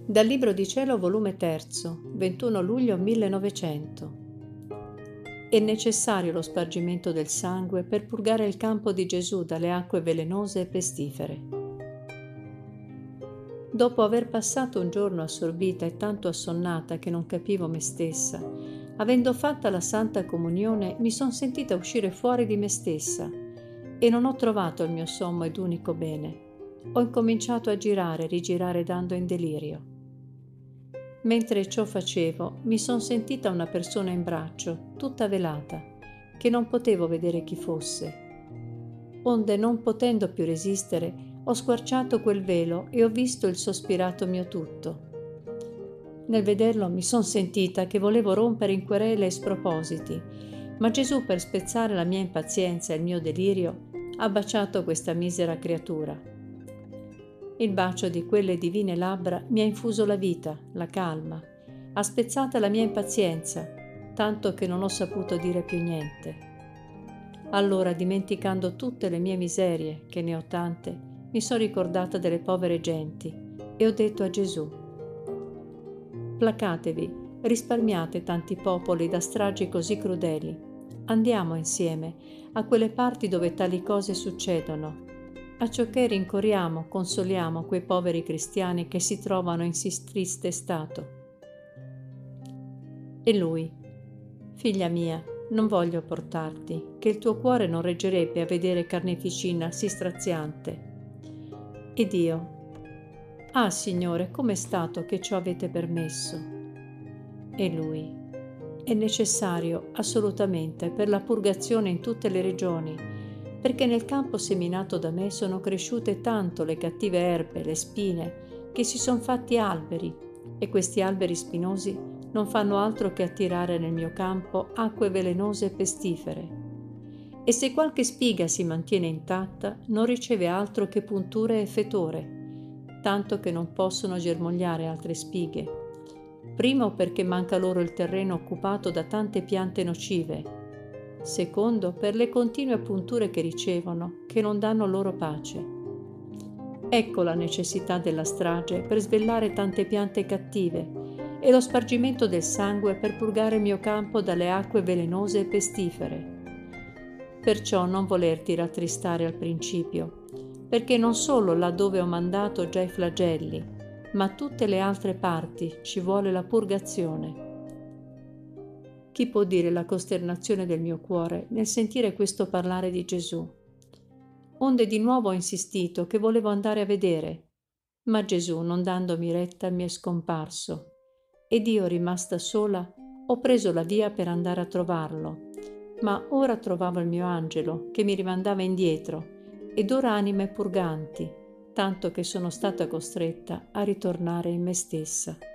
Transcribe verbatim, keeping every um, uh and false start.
Dal Libro di Cielo, volume terzo, ventuno luglio millenovecento. È necessario lo spargimento del sangue per purgare il campo di Gesù dalle acque velenose e pestifere. Dopo aver passato un giorno assorbita e tanto assonnata che non capivo me stessa, avendo fatta la Santa Comunione mi son sentita uscire fuori di me stessa e non ho trovato il mio sommo ed unico bene. Ho incominciato a girare e rigirare dando in delirio. Mentre ciò facevo, mi son sentita una persona in braccio, tutta velata, che non potevo vedere chi fosse. Onde, non potendo più resistere, ho squarciato quel velo e ho visto il sospirato mio tutto. Nel vederlo mi son sentita che volevo rompere in querele e spropositi, ma Gesù, per spezzare la mia impazienza e il mio delirio, ha baciato questa misera creatura. Il bacio di quelle divine labbra mi ha infuso la vita, la calma, ha spezzata la mia impazienza, tanto che non ho saputo dire più niente. Allora, dimenticando tutte le mie miserie, che ne ho tante, mi sono ricordata delle povere genti e ho detto a Gesù: placatevi, risparmiate tanti popoli da stragi così crudeli. Andiamo insieme a quelle parti dove tali cose succedono, acciò che rincorriamo, consoliamo quei poveri cristiani che si trovano in sì triste stato. E lui: figlia mia, non voglio portarti, che il tuo cuore non reggerebbe a vedere carneficina sì straziante. Ed io: ah, Signore, com'è stato che ciò avete permesso? E lui: è necessario assolutamente per la purgazione in tutte le regioni, perché nel campo seminato da me sono cresciute tanto le cattive erbe, le spine, che si son fatti alberi, e questi alberi spinosi non fanno altro che attirare nel mio campo acque velenose e pestifere. E se qualche spiga si mantiene intatta, non riceve altro che punture e fetore, tanto che non possono germogliare altre spighe. Primo, perché manca loro il terreno occupato da tante piante nocive. Secondo, per le continue punture che ricevono, che non danno loro pace. Ecco la necessità della strage per svellare tante piante cattive e lo spargimento del sangue per purgare il mio campo dalle acque velenose e pestifere. Perciò non volerti rattristare al principio, perché non solo laddove ho mandato già i flagelli, ma tutte le altre parti ci vuole la purgazione. Chi può dire la costernazione del mio cuore nel sentire questo parlare di Gesù? Onde di nuovo ho insistito che volevo andare a vedere, ma Gesù, non dandomi retta, mi è scomparso, ed io, rimasta sola, ho preso la via per andare a trovarlo, ma ora trovavo il mio angelo che mi rimandava indietro, ed ora anime purganti, tanto che sono stata costretta a ritornare in me stessa.